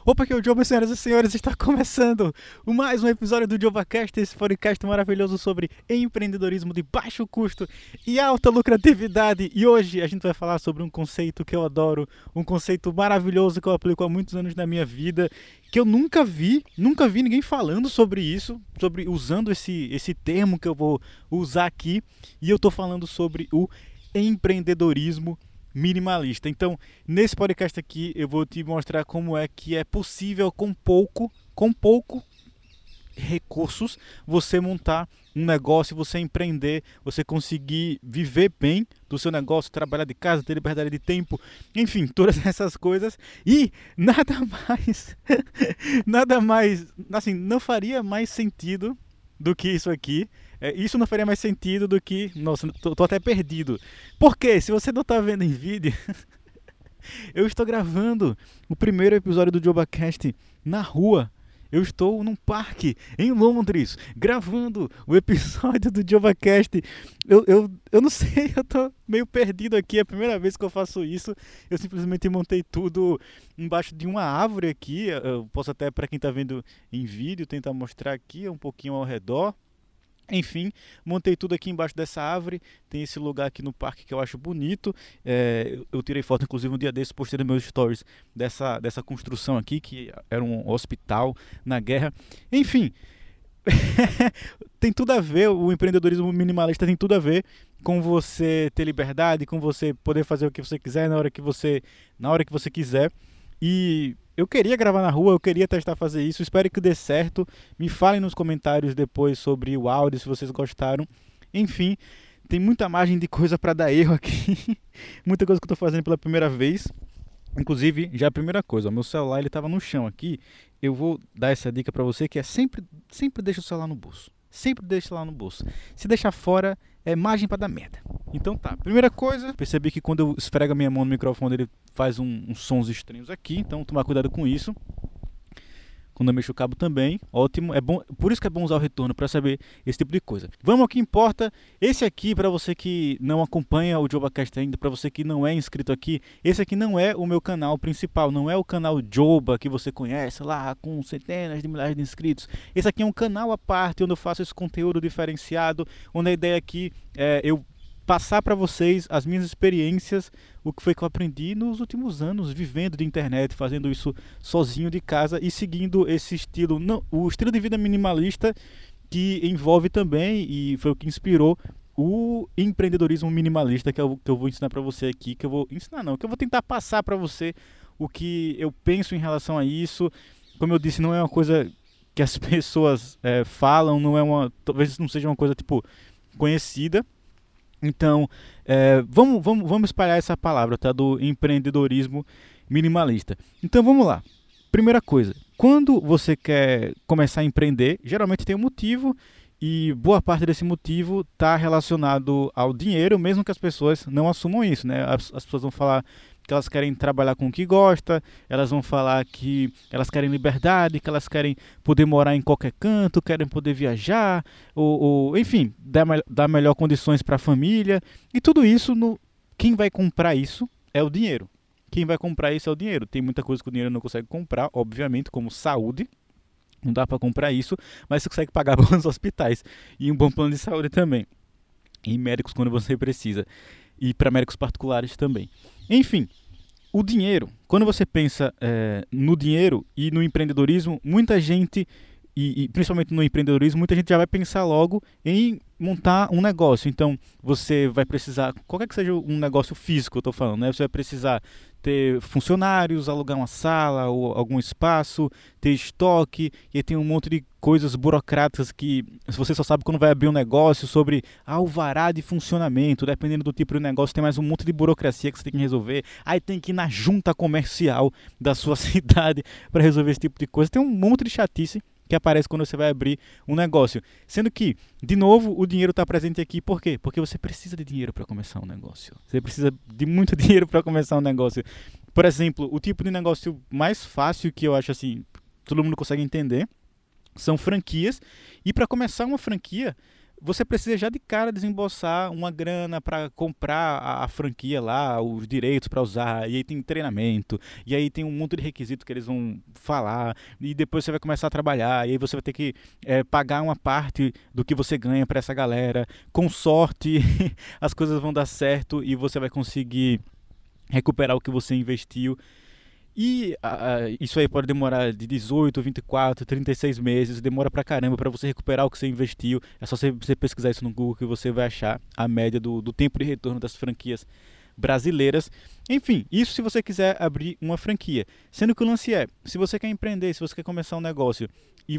Opa, aqui é o Joba, senhoras e senhores, está começando mais um episódio do JobaCast, esse podcast maravilhoso sobre empreendedorismo de baixo custo e alta lucratividade. E hoje a gente vai falar sobre um conceito que eu adoro, um conceito maravilhoso que eu aplico há muitos anos na minha vida, que eu nunca vi ninguém falando sobre isso, usando esse termo que eu vou usar aqui, e eu estou falando sobre o empreendedorismo minimalista. Então, nesse podcast aqui, eu vou te mostrar como é que é possível com pouco recursos você montar um negócio, você empreender, você conseguir viver bem do seu negócio, trabalhar de casa, ter liberdade de tempo, enfim, todas essas coisas. E nada mais, assim, não faria mais sentido do que isso aqui. Isso não faria mais sentido do que... Nossa, tô até perdido. Porque, se você não tá vendo em vídeo, eu estou gravando o primeiro episódio do JobaCast na rua. Eu estou num parque em Londres, gravando o episódio do JobaCast. Eu não sei, eu tô meio perdido aqui, é a primeira vez que eu faço isso. Eu simplesmente montei tudo embaixo de uma árvore aqui. Eu posso até, para quem tá vendo em vídeo, tentar mostrar aqui um pouquinho ao redor. Enfim, montei tudo aqui embaixo dessa árvore. Tem esse lugar aqui no parque que eu acho bonito. Eu tirei foto, inclusive, um dia desses, postei nos meus stories dessa construção aqui, que era um hospital na guerra. Enfim, tem tudo a ver, o empreendedorismo minimalista tem tudo a ver com você ter liberdade, com você poder fazer o que você quiser na hora que você quiser. E eu queria gravar na rua, eu queria testar fazer isso, espero que dê certo. Me falem nos comentários depois sobre o áudio, se vocês gostaram. Enfim, tem muita margem de coisa para dar erro aqui, muita coisa que eu estou fazendo pela primeira vez. Inclusive, já a primeira coisa, o meu celular ele estava no chão aqui. Eu vou dar essa dica para você, que é sempre deixa o celular no bolso. Sempre deixa lá no bolso. Se deixar fora, é margem para dar merda. Então tá, primeira coisa, percebi que quando eu esfrego a minha mão no microfone, ele faz uns sons estranhos aqui, então tomar cuidado com isso. Quando eu mexo o cabo também, ótimo, é bom, por isso que é bom usar o retorno, para saber esse tipo de coisa. Vamos ao que importa. Esse aqui, para você que não acompanha o JobaCast ainda, para você que não é inscrito aqui, esse aqui não é o meu canal principal, não é o canal Joba que você conhece lá, com centenas de milhares de inscritos. Esse aqui é um canal à parte, onde eu faço esse conteúdo diferenciado, onde a ideia aqui é eu passar para vocês as minhas experiências, o que foi que eu aprendi nos últimos anos, vivendo de internet, fazendo isso sozinho de casa e seguindo esse estilo, o estilo de vida minimalista, que envolve também, e foi o que inspirou o empreendedorismo minimalista, que eu vou ensinar para você aqui, que eu vou tentar passar para você o que eu penso em relação a isso. Como eu disse, não é uma coisa que as pessoas falam, talvez não seja uma coisa tipo conhecida. Então, vamos espalhar essa palavra, tá, do empreendedorismo minimalista. Então, vamos lá. Primeira coisa, quando você quer começar a empreender, geralmente tem um motivo, e boa parte desse motivo está relacionado ao dinheiro, mesmo que as pessoas não assumam isso, né? As pessoas vão falar que elas querem trabalhar com o que gosta, elas vão falar que elas querem liberdade, que elas querem poder morar em qualquer canto, querem poder viajar, ou enfim, dar melhor condições para a família. E tudo isso, quem vai comprar isso é o dinheiro. Quem vai comprar isso é o dinheiro. Tem muita coisa que o dinheiro não consegue comprar, obviamente, como saúde. Não dá para comprar isso, mas você consegue pagar bons hospitais e um bom plano de saúde também. E médicos quando você precisa. E para médicos particulares também. Enfim, o dinheiro, quando você pensa no dinheiro e no empreendedorismo, muita gente, e principalmente no empreendedorismo, muita gente já vai pensar logo em montar um negócio. Então, você vai precisar, qualquer que seja um negócio físico, eu estou falando, né? Você vai precisar ter funcionários, alugar uma sala ou algum espaço, ter estoque, e aí tem um monte de coisas burocráticas que você só sabe quando vai abrir um negócio, sobre alvará de funcionamento, dependendo do tipo de negócio, tem mais um monte de burocracia que você tem que resolver, aí tem que ir na junta comercial da sua cidade para resolver esse tipo de coisa, tem um monte de chatice que aparece quando você vai abrir um negócio. Sendo que, de novo, o dinheiro está presente aqui. Por quê? Porque você precisa de dinheiro para começar um negócio. Você precisa de muito dinheiro para começar um negócio. Por exemplo, o tipo de negócio mais fácil que eu acho assim, todo mundo consegue entender, são franquias. E para começar uma franquia, você precisa já de cara desembolsar uma grana para comprar a franquia lá, os direitos para usar, e aí tem treinamento, e aí tem um monte de requisito que eles vão falar, e depois você vai começar a trabalhar, e aí você vai ter que pagar uma parte do que você ganha para essa galera. Com sorte, as coisas vão dar certo e você vai conseguir recuperar o que você investiu. E isso aí pode demorar de 18, 24, 36 meses, demora pra caramba pra você recuperar o que você investiu. É só você pesquisar isso no Google que você vai achar a média do tempo de retorno das franquias brasileiras. Enfim, isso se você quiser abrir uma franquia. Sendo que o lance é, se você quer empreender, se você quer começar um negócio,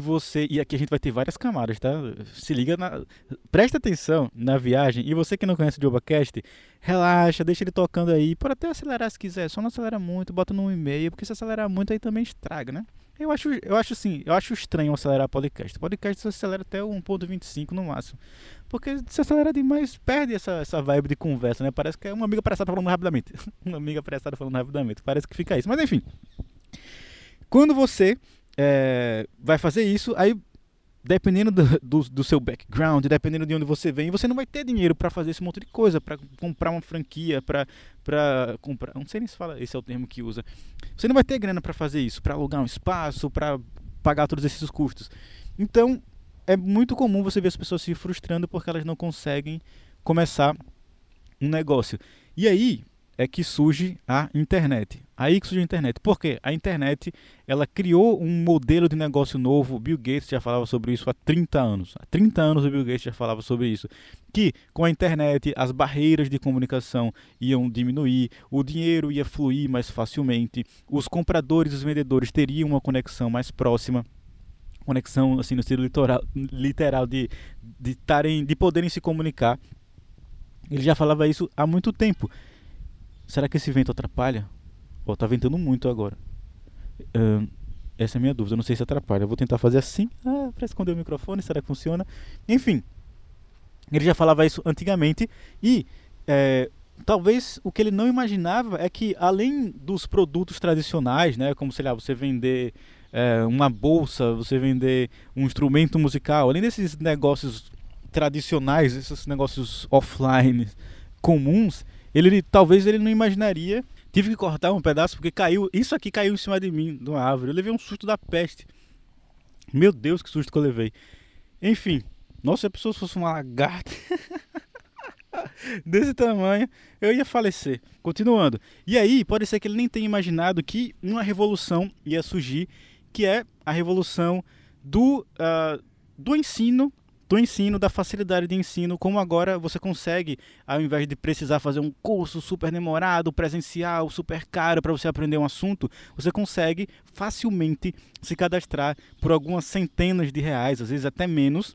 e aqui a gente vai ter várias camadas, tá? Se liga, presta atenção na viagem, e você que não conhece o JobaCast, relaxa, deixa ele tocando aí, pode até acelerar se quiser, só não acelera muito, bota no 1,5, porque se acelerar muito aí também estraga, né? Eu acho estranho acelerar podcast. Podcast você acelera até 1,25 no máximo. Porque se acelera demais, perde essa vibe de conversa, né? Parece que é uma amiga apressada falando rapidamente. Uma amiga apressada falando rapidamente. Parece que fica isso. Mas enfim. Quando você vai fazer isso, aí dependendo do seu background, dependendo de onde você vem, você não vai ter dinheiro para fazer esse monte de coisa, para comprar uma franquia, para comprar, não sei nem se fala, esse é o termo que usa. Você não vai ter grana para fazer isso, para alugar um espaço, para pagar todos esses custos. Então, é muito comum você ver as pessoas se frustrando porque elas não conseguem começar um negócio. E aí é que surge a internet. Aí que surge a internet. Por quê? A internet, ela criou um modelo de negócio novo. Bill Gates já falava sobre isso há 30 anos. Há 30 anos o Bill Gates já falava sobre isso. Que com a internet as barreiras de comunicação iam diminuir, o dinheiro ia fluir mais facilmente, os compradores e os vendedores teriam uma conexão mais próxima. Conexão, assim, no sentido literal de poderem se comunicar. Ele já falava isso há muito tempo. Será que esse vento atrapalha? Tá ventando muito agora. Essa é a minha dúvida. Eu não sei se atrapalha. Eu vou tentar fazer assim. Para esconder o microfone. Será que funciona? Enfim. Ele já falava isso antigamente. E talvez o que ele não imaginava é que, além dos produtos tradicionais, né, como, sei lá, você vender uma bolsa, você vender um instrumento musical, além desses negócios tradicionais, esses negócios offline comuns, talvez ele não imaginaria. Tive que cortar um pedaço porque isso aqui caiu em cima de mim, de uma árvore. Eu levei um susto da peste. Meu Deus, que susto que eu levei. Enfim, nossa, se a pessoa fosse uma lagarta desse tamanho, eu ia falecer. Continuando. E aí, pode ser que ele nem tenha imaginado que uma revolução ia surgir, que é a revolução do ensino, da facilidade de ensino, como agora você consegue, ao invés de precisar fazer um curso super demorado, presencial, super caro para você aprender um assunto, você consegue facilmente se cadastrar por algumas centenas de reais, às vezes até menos,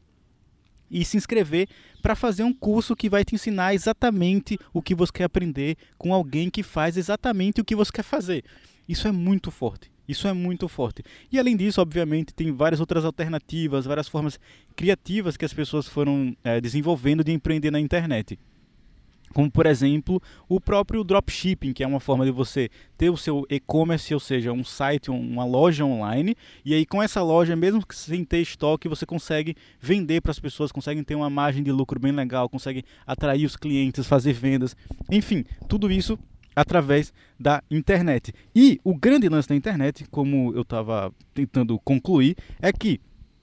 e se inscrever para fazer um curso que vai te ensinar exatamente o que você quer aprender com alguém que faz exatamente o que você quer fazer. Isso é muito forte. Isso é muito forte. E além disso, obviamente, tem várias outras alternativas, várias formas criativas que as pessoas foram desenvolvendo de empreender na internet. Como, por exemplo, o próprio dropshipping, que é uma forma de você ter o seu e-commerce, ou seja, um site, uma loja online, e aí com essa loja, mesmo que sem ter estoque, você consegue vender para as pessoas, consegue ter uma margem de lucro bem legal, consegue atrair os clientes, fazer vendas, enfim, tudo isso através da internet. E o grande lance da internet, como eu estava tentando concluir, é que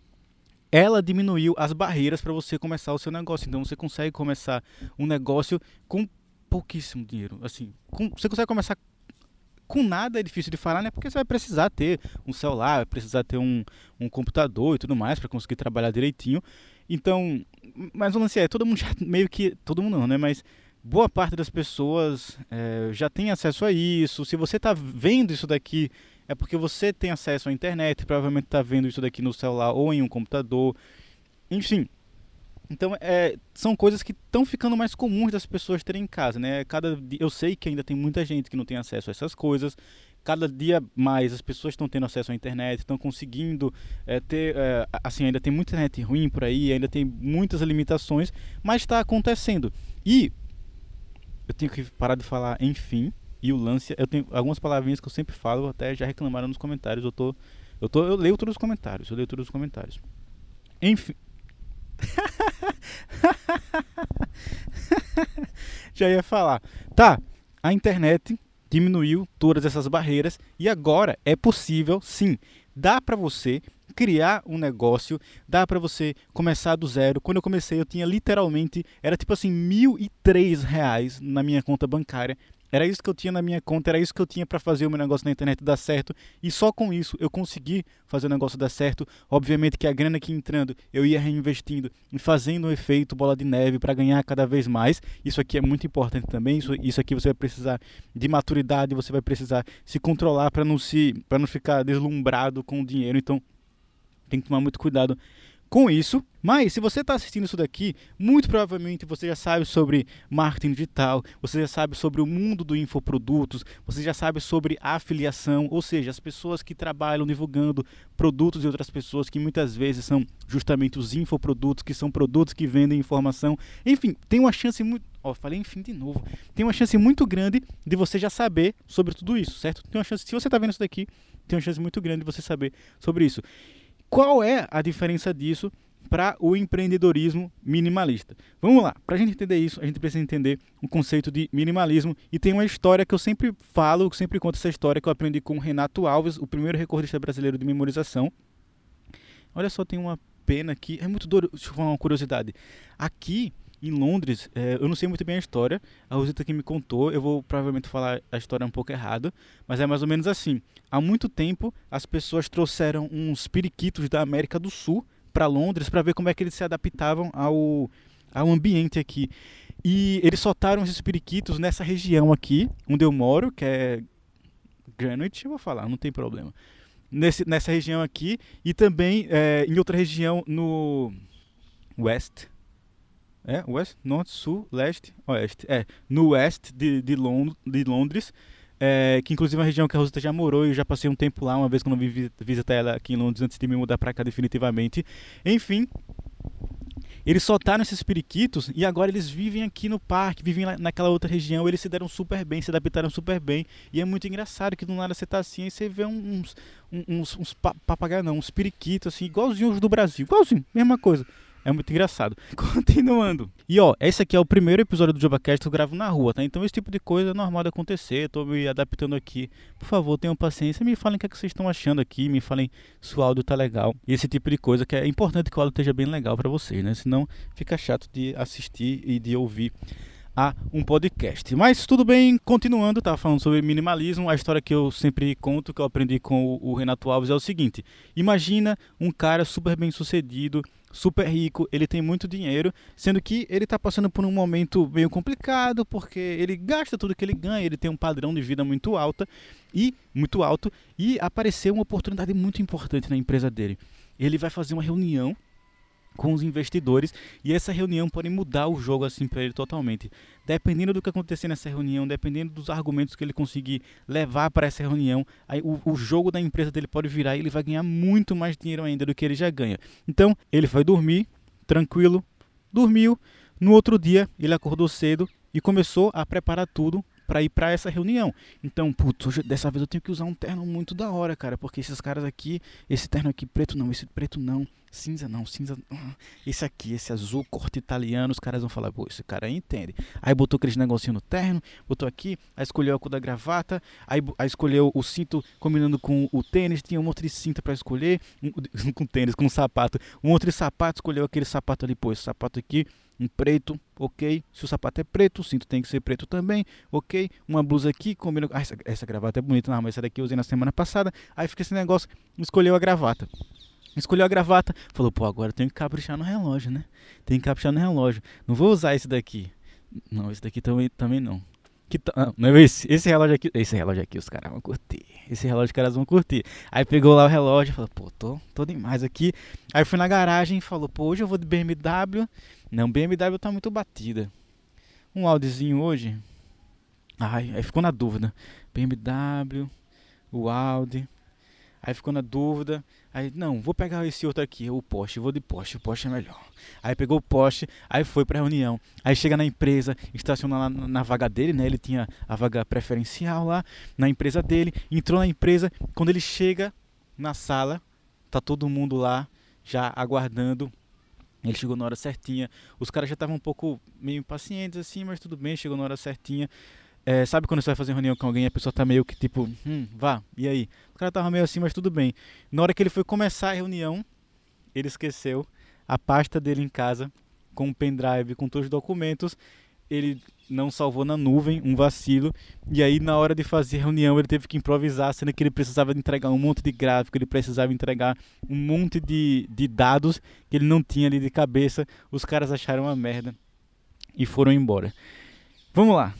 ela diminuiu as barreiras para você começar o seu negócio. Então você consegue começar um negócio com pouquíssimo dinheiro. Assim, você consegue começar com nada, é difícil de falar, né? Porque você vai precisar ter um celular, vai precisar ter um computador e tudo mais para conseguir trabalhar direitinho. Então, mas o lance é, todo mundo já meio que... Todo mundo não, né? Mas boa parte das pessoas já tem acesso a isso. Se você está vendo isso daqui, é porque você tem acesso à internet, provavelmente está vendo isso daqui no celular ou em um computador. Enfim, então são coisas que estão ficando mais comuns das pessoas terem em casa, né? Eu sei que ainda tem muita gente que não tem acesso a essas coisas. Cada dia mais as pessoas estão tendo acesso à internet, estão conseguindo ter... assim, ainda tem muita internet ruim por aí, ainda tem muitas limitações, mas está acontecendo. E eu tenho que parar de falar enfim. E o lance, eu tenho algumas palavrinhas que eu sempre falo, até já reclamaram nos comentários. Eu leio todos os comentários. Enfim. Já ia falar. Tá, a internet diminuiu todas essas barreiras e agora é possível, sim, dá para você criar um negócio, dá para você começar do zero. Quando eu comecei, eu tinha literalmente, era tipo assim, R$ 1.003 na minha conta bancária. Era isso que eu tinha na minha conta, era isso que eu tinha para fazer o meu negócio na internet dar certo. E só com isso eu consegui fazer o negócio dar certo. Obviamente que a grana que entrando, eu ia reinvestindo e fazendo um efeito bola de neve para ganhar cada vez mais. Isso aqui é muito importante também. Isso aqui você vai precisar de maturidade, você vai precisar se controlar para não ficar deslumbrado com o dinheiro. Então tem que tomar muito cuidado com isso. Mas se você está assistindo isso daqui, muito provavelmente você já sabe sobre marketing digital, você já sabe sobre o mundo do infoprodutos, você já sabe sobre afiliação, ou seja, as pessoas que trabalham divulgando produtos de outras pessoas, que muitas vezes são justamente os infoprodutos, que são produtos que vendem informação. Enfim, tem uma chance muito... falei enfim de novo. Tem uma chance muito grande de você já saber sobre tudo isso, certo? Tem uma chance, se você está vendo isso daqui, tem uma chance muito grande de você saber sobre isso. Qual é a diferença disso para o empreendedorismo minimalista? Vamos lá, para a gente entender isso, a gente precisa entender o conceito de minimalismo. E tem uma história que eu sempre falo, sempre conto essa história que eu aprendi com o Renato Alves, o primeiro recordista brasileiro de memorização. Olha só, tem uma pena aqui, é muito duro. Deixa eu falar uma curiosidade. Aqui em Londres, eu não sei muito bem a história, a Rosita que me contou, eu vou provavelmente falar a história um pouco errada, mas é mais ou menos assim. Há muito tempo, as pessoas trouxeram uns periquitos da América do Sul para Londres para ver como é que eles se adaptavam ao ambiente aqui. E eles soltaram esses periquitos nessa região aqui, onde eu moro, que é Greenwich, eu vou falar, não tem problema. Nessa região aqui, e também em outra região no West, oeste, norte, sul, leste, oeste. No oeste de Londres, que inclusive é uma região que a Rosita já morou e eu já passei um tempo lá, uma vez quando eu vim visitar ela aqui em Londres antes de me mudar pra cá definitivamente. Enfim, eles soltaram esses periquitos e agora eles vivem aqui no parque, vivem naquela outra região, eles se deram super bem, se adaptaram super bem. E é muito engraçado que do nada você tá assim e você vê uns papagaios não, uns periquitos assim, igualzinhos do Brasil, igualzinho, mesma coisa. É muito engraçado. Continuando. E esse aqui é o primeiro episódio do JobaCast que eu gravo na rua, tá? Então esse tipo de coisa é normal de acontecer. Tô me adaptando aqui. Por favor, tenham paciência. Me falem o que, vocês estão achando aqui. Me falem se o áudio tá legal. E esse tipo de coisa que é importante que o áudio esteja bem legal pra vocês, né? Senão fica chato de assistir e de ouvir a um podcast. Mas tudo bem, continuando, tava falando sobre minimalismo. A história que eu sempre conto, que eu aprendi com o Renato Alves é o seguinte: imagina um cara super bem sucedido, super rico, ele tem muito dinheiro, sendo que ele está passando por um momento meio complicado, porque ele gasta tudo que ele ganha, ele tem um padrão de vida muito alto, e apareceu uma oportunidade muito importante na empresa dele. Ele vai fazer uma reunião com os investidores, e essa reunião pode mudar o jogo assim para ele totalmente. Dependendo do que acontecer nessa reunião, dependendo dos argumentos que ele conseguir levar para essa reunião, aí o jogo da empresa dele pode virar e ele vai ganhar muito mais dinheiro ainda do que ele já ganha. Então, ele foi dormir, tranquilo, dormiu. No outro dia, ele acordou cedo e começou a preparar tudo para ir para essa reunião. Então, putz, dessa vez eu tenho que usar um terno muito da hora, cara, porque esses caras aqui, esse terno aqui preto não, esse preto não, cinza não, cinza, esse aqui, esse azul, corte italiano, os caras vão falar, pô, esse cara aí entende. Aí botou aqueles negocinho no terno, botou aqui, aí escolheu a cor da gravata, aí escolheu o cinto combinando com o tênis, tinha um monte de cinta para escolher, com tênis, com sapato, um outro sapato, escolheu aquele sapato ali, pô, esse sapato aqui, um preto, ok. Se o sapato é preto, o cinto tem que ser preto também, ok. Uma blusa aqui, combina. Essa gravata é bonita, não, mas essa daqui eu usei na semana passada. Aí fica esse negócio, escolheu a gravata. Escolheu a gravata, falou, pô, agora eu tenho que caprichar no relógio, né? Tem que caprichar no relógio. Não vou usar esse daqui. Não, esse daqui também não. Não é esse relógio aqui os caras vão curtir. Esse relógio os caras vão curtir. Aí pegou lá o relógio e falou, pô, tô demais aqui. Aí fui na garagem e falou, pô, hoje eu vou de BMW. Não, BMW tá muito batida. Um Audizinho hoje. Aí ficou na dúvida. BMW, o Audi. Aí ficou na dúvida. Aí, não, vou pegar esse outro aqui, o Porsche, vou de Porsche, o Porsche é melhor. Aí pegou o Porsche, aí foi pra reunião. Aí chega na empresa, estaciona lá na vaga dele, né? Ele tinha a vaga preferencial lá na empresa dele. Entrou na empresa, quando ele chega na sala, tá todo mundo lá já aguardando Ele chegou na hora certinha. Os caras já estavam um pouco meio impacientes assim, mas tudo bem, chegou na hora certinha. Sabe quando você vai fazer reunião com alguém e a pessoa tá meio que tipo, vá, e aí? O cara tava meio assim, mas tudo bem. Na hora que ele foi começar a reunião, ele esqueceu a pasta dele em casa, com um pendrive, com todos os documentos. Ele não salvou na nuvem, um vacilo. E aí, na hora de fazer reunião, ele teve que improvisar, sendo que ele precisava entregar um monte de gráfico, ele precisava entregar um monte de dados que ele não tinha ali de cabeça. Os caras acharam uma merda e foram embora. Vamos lá.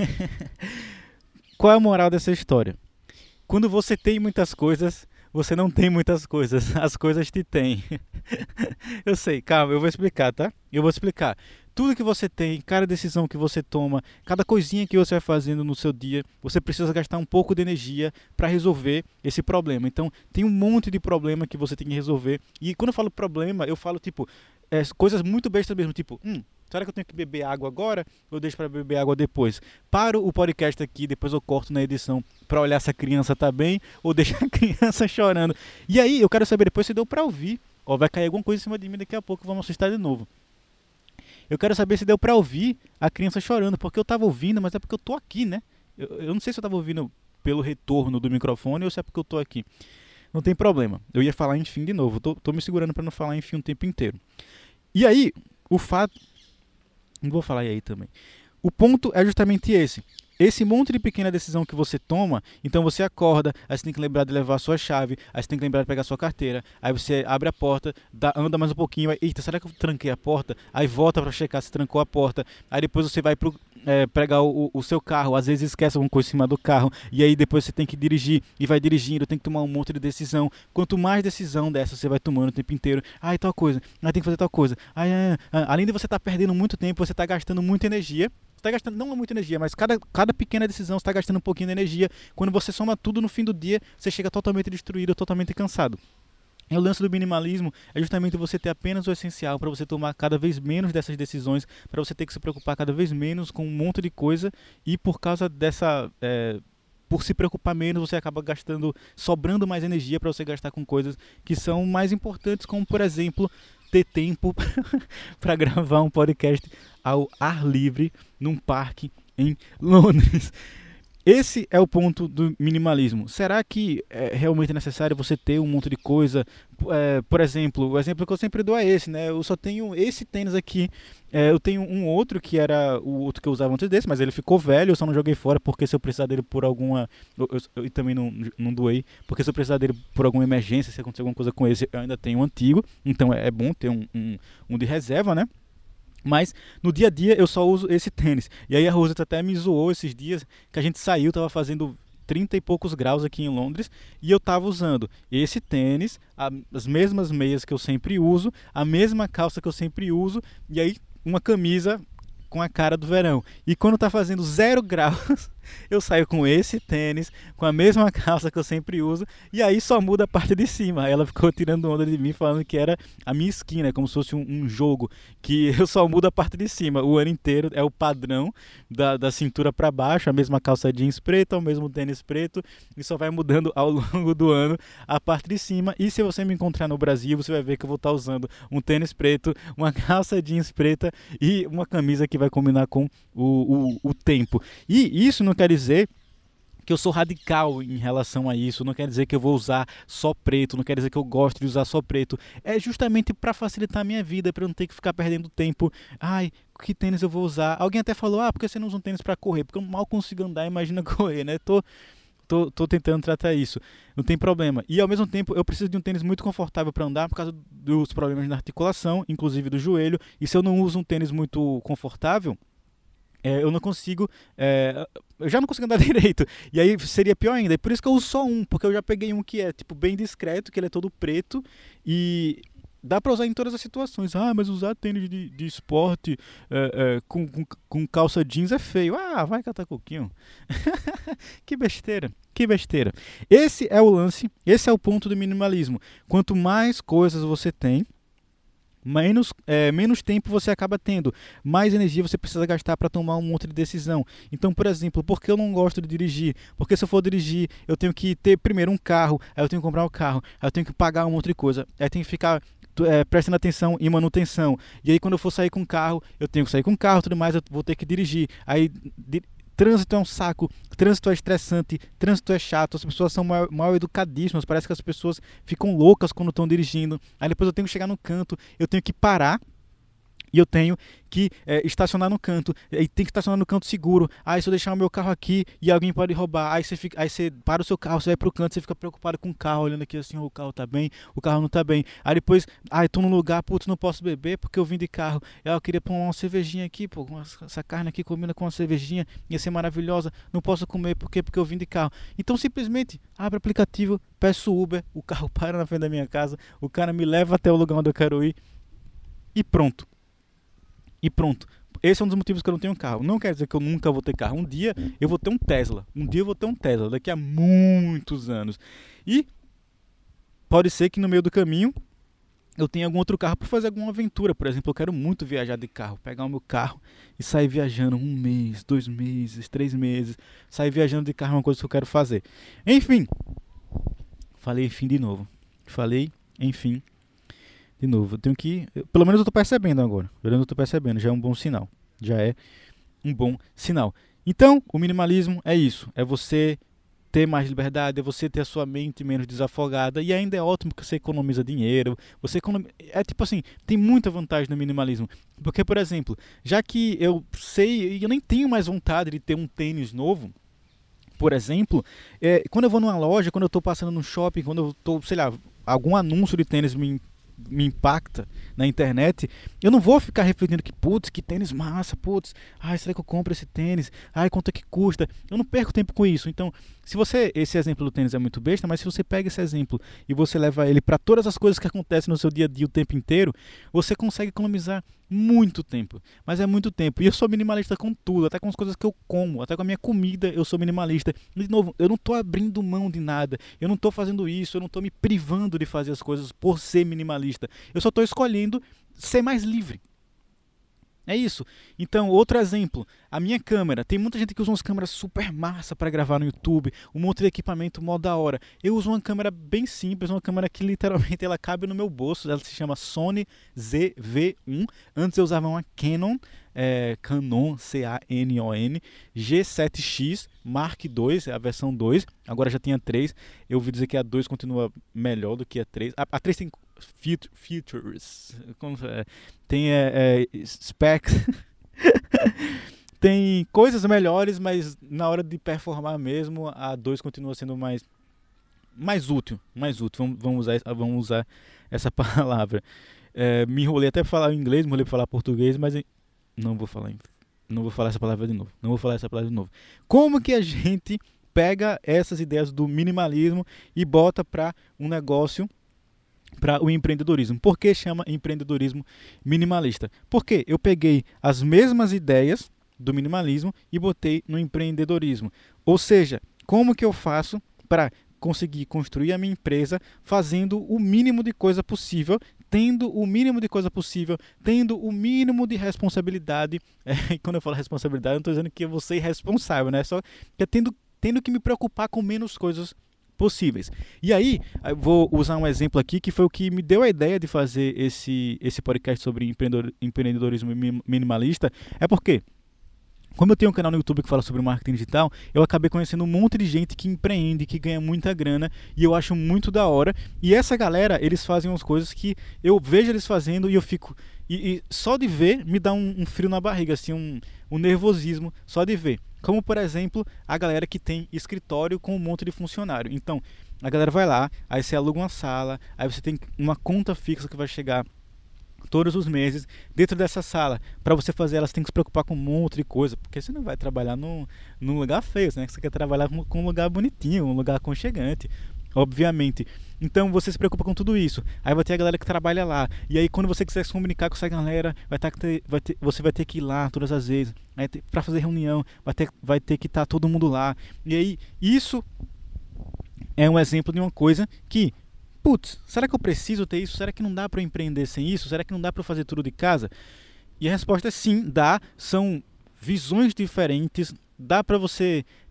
Qual é a moral dessa história? Quando você tem muitas coisas, você não tem muitas coisas. As coisas te têm. Eu sei, calma, eu vou explicar, tá? Eu vou explicar. Tudo que você tem, cada decisão que você toma, cada coisinha que você vai fazendo no seu dia, você precisa gastar um pouco de energia para resolver esse problema. Então, tem um monte de problema que você tem que resolver. E quando eu falo problema, eu falo tipo coisas muito bestas mesmo, tipo, será que eu tenho que beber água agora ou eu deixo para beber água depois? Paro o podcast aqui, depois eu corto na edição para olhar se a criança tá bem ou deixar a criança chorando. E aí, eu quero saber depois se deu para ouvir. Ó, vai cair alguma coisa em cima de mim daqui a pouco, vamos assustar de novo. Eu quero saber se deu pra ouvir a criança chorando, porque eu tava ouvindo, mas é porque eu tô aqui, né? Eu não sei se eu tava ouvindo pelo retorno do microfone ou se é porque eu tô aqui. Não tem problema. Eu ia falar enfim de novo. Tô me segurando pra não falar enfim o tempo inteiro. E aí, o fato... Não vou falar e aí também. O ponto é justamente esse. Esse monte de pequena decisão que você toma, então você acorda, aí você tem que lembrar de levar a sua chave, aí você tem que lembrar de pegar a sua carteira, aí você abre a porta, anda mais um pouquinho, aí, eita, será que eu tranquei a porta? Aí volta para checar se trancou a porta, aí depois você vai pegar o seu carro, às vezes esquece alguma coisa em cima do carro, e aí depois você tem que dirigir, e vai dirigindo, tem que tomar um monte de decisão. Quanto mais decisão dessa você vai tomando o tempo inteiro, tal coisa, aí tem que fazer tal coisa, além de você estar perdendo muito tempo, você está gastando muita energia. Você está gastando, não é muita energia, mas cada pequena decisão está gastando um pouquinho de energia. Quando você soma tudo no fim do dia, você chega totalmente destruído, totalmente cansado. E o lance do minimalismo é justamente você ter apenas o essencial para você tomar cada vez menos dessas decisões, para você ter que se preocupar cada vez menos com um monte de coisa e por causa dessa... por se preocupar menos, você acaba sobrando mais energia para você gastar com coisas que são mais importantes, como por exemplo, ter tempo para gravar um podcast ao ar livre num parque em Londres. Esse é o ponto do minimalismo. Será que é realmente necessário você ter um monte de coisa? Por exemplo, o exemplo que eu sempre dou é esse, né? Eu só tenho esse tênis aqui. Eu tenho um outro que era o outro que eu usava antes desse, mas ele ficou velho, eu só não joguei fora porque se eu precisar dele por alguma... Eu também não doei, porque se eu precisar dele por alguma emergência, se acontecer alguma coisa com esse, eu ainda tenho um antigo. Então é bom ter um de reserva, né? Mas no dia a dia eu só uso esse tênis. E aí a Rosetta até me zoou esses dias que a gente saiu, tava fazendo 30 e poucos graus aqui em Londres e eu tava usando esse tênis, as mesmas meias que eu sempre uso, a mesma calça que eu sempre uso e aí uma camisa com a cara do verão. E quando tá fazendo 0 graus, eu saio com esse tênis, com a mesma calça que eu sempre uso, e aí só muda a parte de cima. Ela ficou tirando onda de mim, falando que era a minha esquina, como se fosse um jogo, que eu só mudo a parte de cima. O ano inteiro é o padrão da cintura para baixo, a mesma calça jeans preta, o mesmo tênis preto, e só vai mudando ao longo do ano a parte de cima. E se você me encontrar no Brasil, você vai ver que eu vou estar usando um tênis preto, uma calça jeans preta e uma camisa que vai combinar com o tempo. E isso não quer dizer que eu sou radical em relação a isso, não quer dizer que eu vou usar só preto, não quer dizer que eu gosto de usar só preto, é justamente para facilitar a minha vida, para eu não ter que ficar perdendo tempo, que tênis eu vou usar? Alguém até falou, porque você não usa um tênis para correr, porque eu mal consigo andar, imagina correr, né? Tô tentando tratar isso, não tem problema. E ao mesmo tempo eu preciso de um tênis muito confortável para andar por causa dos problemas na articulação, inclusive do joelho, e se eu não uso um tênis muito confortável, eu não consigo, eu já não consigo andar direito, e aí seria pior ainda, e por isso que eu uso só um, porque eu já peguei um que é tipo bem discreto, que ele é todo preto, e dá pra usar em todas as situações. Mas usar tênis de esporte com calça jeans é feio. Vai catar coquinho. Que besteira, que besteira. Esse é o lance, esse é o ponto do minimalismo. Quanto mais coisas você tem, menos tempo você acaba tendo, mais energia você precisa gastar para tomar um monte de decisão. Então, por exemplo, por que eu não gosto de dirigir? Porque se eu for dirigir, eu tenho que ter primeiro um carro, aí eu tenho que comprar um carro, aí eu tenho que pagar um monte de coisa, aí eu tenho que ficar prestando atenção em manutenção. E aí quando eu for sair com o carro, eu tenho que sair com o carro, tudo mais, eu vou ter que dirigir. Aí trânsito é um saco, trânsito é estressante, trânsito é chato, as pessoas são mal educadíssimas, parece que as pessoas ficam loucas quando estão dirigindo. Aí depois eu tenho que chegar no canto, eu tenho que parar e eu tenho que estacionar no canto, e tem que estacionar no canto seguro. Aí se eu deixar o meu carro aqui e alguém pode roubar, aí você para o seu carro, você vai pro canto, você fica preocupado com o carro, olhando aqui assim, o carro tá bem, o carro não tá bem. Aí depois, eu tô num lugar, putz, não posso beber porque eu vim de carro. Eu queria pôr uma cervejinha aqui, pô, essa carne aqui combina com uma cervejinha, ia ser maravilhosa, não posso comer porque eu vim de carro. Então simplesmente abre o aplicativo, peço Uber, o carro para na frente da minha casa, o cara me leva até o lugar onde eu quero ir e pronto. Esse é um dos motivos que eu não tenho carro. Não quer dizer que eu nunca vou ter carro. Um dia eu vou ter um Tesla. Daqui a muitos anos. E pode ser que no meio do caminho eu tenha algum outro carro para fazer alguma aventura. Por exemplo, eu quero muito viajar de carro. Pegar o meu carro e sair viajando 1 mês, 2 meses, 3 meses. Sair viajando de carro é uma coisa que eu quero fazer. Enfim. Falei enfim de novo. Eu tenho que... Pelo menos eu estou percebendo agora. Já é um bom sinal. Então, o minimalismo é isso. É você ter mais liberdade, é você ter a sua mente menos desafogada. E ainda é ótimo que você economiza dinheiro. É tipo assim, tem muita vantagem no minimalismo. Porque, por exemplo, já que eu sei... E eu nem tenho mais vontade de ter um tênis novo. Por exemplo, quando eu vou numa loja, quando eu estou passando no shopping, quando eu estou, sei lá, algum anúncio de tênis me impacta na internet, eu não vou ficar refletindo que tênis massa, será que eu compro esse tênis? Quanto é que custa? Eu não perco tempo com isso. Então, esse exemplo do tênis é muito besta, mas se você pega esse exemplo e você leva ele para todas as coisas que acontecem no seu dia a dia o tempo inteiro, você consegue economizar muito tempo. Mas é muito tempo. E eu sou minimalista com tudo, até com as coisas que eu como, até com a minha comida eu sou minimalista. De novo, eu não estou abrindo mão de nada, eu não estou fazendo isso, eu não estou me privando de fazer as coisas por ser minimalista. Eu só estou escolhendo ser mais livre. É isso. Então, outro exemplo, a minha câmera. Tem muita gente que usa umas câmeras super massa para gravar no YouTube, um monte de equipamento mó da hora. Eu uso uma câmera bem simples, uma câmera que literalmente ela cabe no meu bolso. Ela se chama Sony ZV-1. Antes eu usava uma Canon, Canon, C-A-N-O-N, G7X Mark II, a versão 2. Agora já tem a 3. Eu ouvi dizer que a 2 continua melhor do que a 3. A 3 tem features, tem specs, tem coisas melhores, mas na hora de performar mesmo, a 2 continua sendo mais útil. Vamos usar essa palavra. Me enrolei até para falar inglês, me enrolei para falar português, mas não vou falar essa palavra de novo. Como que a gente pega essas ideias do minimalismo e bota para um negócio, para o empreendedorismo? Por que chama empreendedorismo minimalista? Porque eu peguei as mesmas ideias do minimalismo e botei no empreendedorismo. Ou seja, como que eu faço para conseguir construir a minha empresa fazendo o mínimo de coisa possível, tendo o mínimo de responsabilidade. E quando eu falo responsabilidade, eu não estou dizendo que eu vou ser irresponsável, né? Só que tendo que me preocupar com menos coisas possíveis. E aí, eu vou usar um exemplo aqui que foi o que me deu a ideia de fazer esse podcast sobre empreendedorismo minimalista. É porque, como eu tenho um canal no YouTube que fala sobre marketing digital, eu acabei conhecendo um monte de gente que empreende, que ganha muita grana, e eu acho muito da hora. E essa galera, eles fazem umas coisas que eu vejo eles fazendo e eu fico... E só de ver me dá um frio na barriga, assim, um nervosismo, só de ver. Como, por exemplo, a galera que tem escritório com um monte de funcionário. Então, a galera vai lá, aí você aluga uma sala, aí você tem uma conta fixa que vai chegar todos os meses. Dentro dessa sala, para você fazer ela, você tem que se preocupar com um monte de coisa, porque você não vai trabalhar num lugar feio, né? Você quer trabalhar com um lugar bonitinho, um lugar aconchegante, obviamente. Então você se preocupa com tudo isso. Aí vai ter a galera que trabalha lá. E aí quando você quiser se comunicar com essa galera, você vai ter que ir lá todas as vezes. Para fazer reunião, vai ter que estar todo mundo lá. E aí isso é um exemplo de uma coisa que, será que eu preciso ter isso? Será que não dá para eu empreender sem isso? Será que não dá para eu fazer tudo de casa? E a resposta é sim, dá. São visões diferentes. Dá para você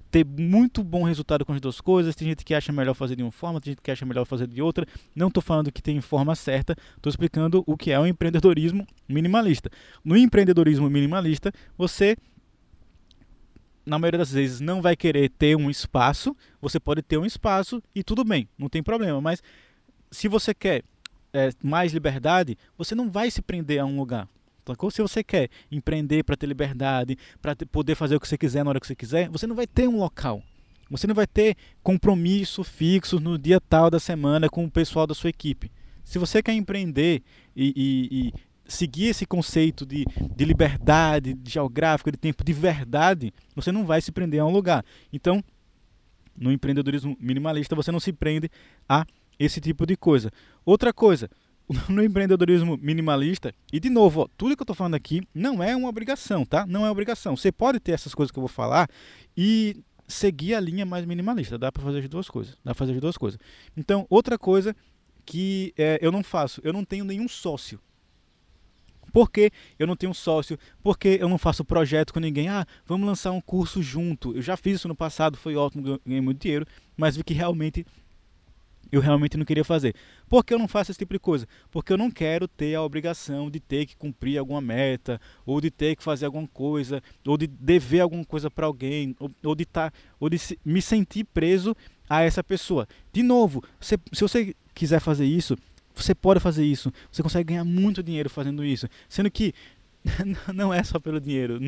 ter muito bom resultado com as duas coisas, tem gente que acha melhor fazer de uma forma, tem gente que acha melhor fazer de outra. Não estou falando que tem forma certa, estou explicando o que é o empreendedorismo minimalista. No empreendedorismo minimalista, você, na maioria das vezes, não vai querer ter um espaço. Você pode ter um espaço e tudo bem, não tem problema, mas se você quer mais liberdade, você não vai se prender a um lugar. Então, se você quer empreender para ter liberdade, para poder fazer o que você quiser na hora que você quiser, você não vai ter um local. Você não vai ter compromisso fixo no dia tal da semana com o pessoal da sua equipe. Se você quer empreender e seguir esse conceito de liberdade geográfica, de tempo de verdade, você não vai se prender a um lugar. Então, no empreendedorismo minimalista, você não se prende a esse tipo de coisa. Outra coisa, no empreendedorismo minimalista, e de novo, tudo que eu estou falando aqui não é uma obrigação, tá? Não é obrigação. Você pode ter essas coisas que eu vou falar e seguir a linha mais minimalista. Dá para fazer as duas coisas. Então, outra coisa que eu não faço, eu não tenho nenhum sócio. Por que eu não tenho sócio? Porque eu não faço projeto com ninguém. Vamos lançar um curso junto. Eu já fiz isso no passado, foi ótimo, ganhei muito dinheiro, mas vi que eu realmente não queria fazer. Por que eu não faço esse tipo de coisa? Porque eu não quero ter a obrigação de ter que cumprir alguma meta, ou de ter que fazer alguma coisa, ou de dever alguma coisa para alguém, ou de me sentir preso a essa pessoa. De novo, se você quiser fazer isso, você pode fazer isso. Você consegue ganhar muito dinheiro fazendo isso. Sendo que não é só pelo dinheiro.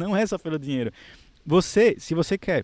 Se você quer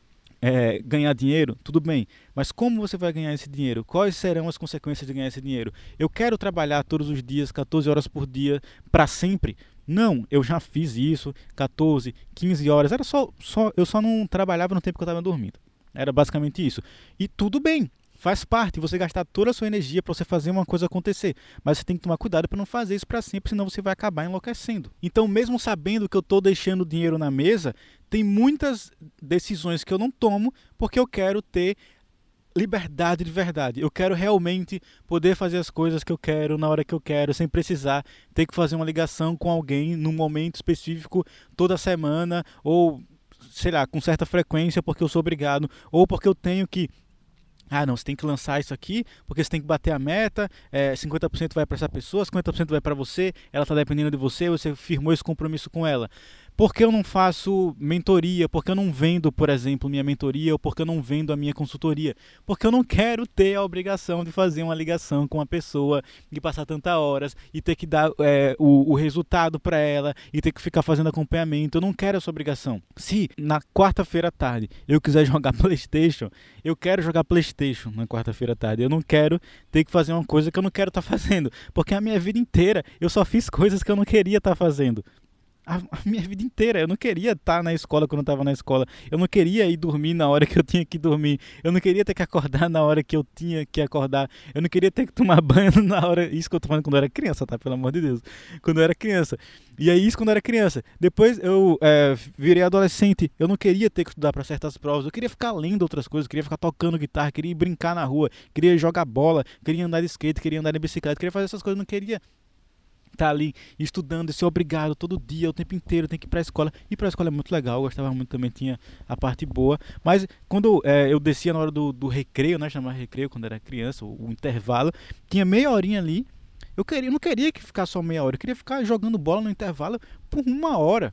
ganhar dinheiro, tudo bem, mas como você vai ganhar esse dinheiro? Quais serão as consequências de ganhar esse dinheiro? Eu quero trabalhar todos os dias, 14 horas por dia, para sempre? Não, eu já fiz isso, 14, 15 horas, eu só não trabalhava no tempo que eu estava dormindo. Era basicamente isso. E tudo bem, faz parte você gastar toda a sua energia para você fazer uma coisa acontecer, mas você tem que tomar cuidado para não fazer isso para sempre, senão você vai acabar enlouquecendo. Então, mesmo sabendo que eu estou deixando dinheiro na mesa, tem muitas decisões que eu não tomo porque eu quero ter liberdade de verdade. Eu quero realmente poder fazer as coisas que eu quero na hora que eu quero, sem precisar ter que fazer uma ligação com alguém num momento específico toda semana, ou sei lá, com certa frequência porque eu sou obrigado, ou porque eu tenho que não, você tem que lançar isso aqui, porque você tem que bater a meta, 50% vai para essa pessoa, 50% vai para você, ela está dependendo de você, você firmou esse compromisso com ela. Por que eu não faço mentoria? Por que eu não vendo, por exemplo, minha mentoria, ou por que eu não vendo a minha consultoria? Porque eu não quero ter a obrigação de fazer uma ligação com a pessoa, de passar tantas horas, e ter que dar o resultado para ela, e ter que ficar fazendo acompanhamento. Eu não quero essa obrigação. Se na quarta-feira à tarde eu quiser jogar PlayStation, eu quero jogar PlayStation na quarta-feira à tarde. Eu não quero ter que fazer uma coisa que eu não quero estar fazendo, porque a minha vida inteira eu só fiz coisas que eu não queria estar fazendo. A minha vida inteira, eu não queria estar na escola quando eu estava na escola, eu não queria ir dormir na hora que eu tinha que dormir, eu não queria ter que acordar na hora que eu tinha que acordar, eu não queria ter que tomar banho na hora, isso que eu tô falando quando eu era criança, tá? Pelo amor de Deus, quando eu era criança. E aí isso quando eu era criança. Depois eu virei adolescente, eu não queria ter que estudar para certas provas, eu queria ficar lendo outras coisas, eu queria ficar tocando guitarra, queria ir brincar na rua, queria jogar bola, queria andar de skate, queria andar de bicicleta, queria fazer essas coisas, eu não queria estar ali estudando e ser obrigado todo dia, o tempo inteiro, tem que ir para a escola. Ir para a escola é muito legal, eu gostava muito também, tinha a parte boa. Mas quando eu descia na hora do recreio, né, chamava recreio quando era criança, o intervalo, tinha meia horinha ali. Eu não queria que ficasse só meia hora, eu queria ficar jogando bola no intervalo por uma hora.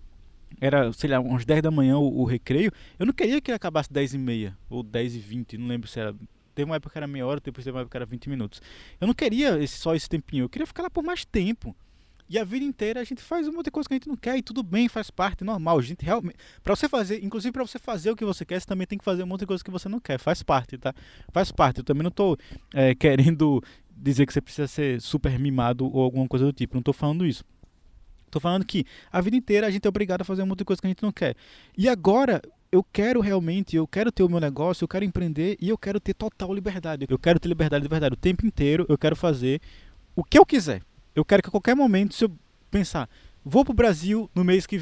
Era, sei lá, umas 10 da manhã o recreio. Eu não queria que ele acabasse 10h30 ou 10h20, não lembro se era. Teve uma época que era meia hora, depois teve uma época que era 20 minutos. Eu não queria só esse tempinho, eu queria ficar lá por mais tempo. E a vida inteira a gente faz um monte de coisa que a gente não quer e tudo bem, faz parte, normal. A gente realmente, para você fazer, inclusive para você fazer o que você quer, você também tem que fazer um monte de coisa que você não quer. Faz parte, tá? Faz parte. Eu também não tô querendo dizer que você precisa ser super mimado ou alguma coisa do tipo. Não tô falando isso. Tô falando que a vida inteira a gente é obrigado a fazer um monte de coisa que a gente não quer. E agora eu quero ter o meu negócio, eu quero empreender e eu quero ter total liberdade. Eu quero ter liberdade de verdade. O tempo inteiro eu quero fazer o que eu quiser. Eu quero que a qualquer momento, se eu pensar, vou pro Brasil no mês que vem.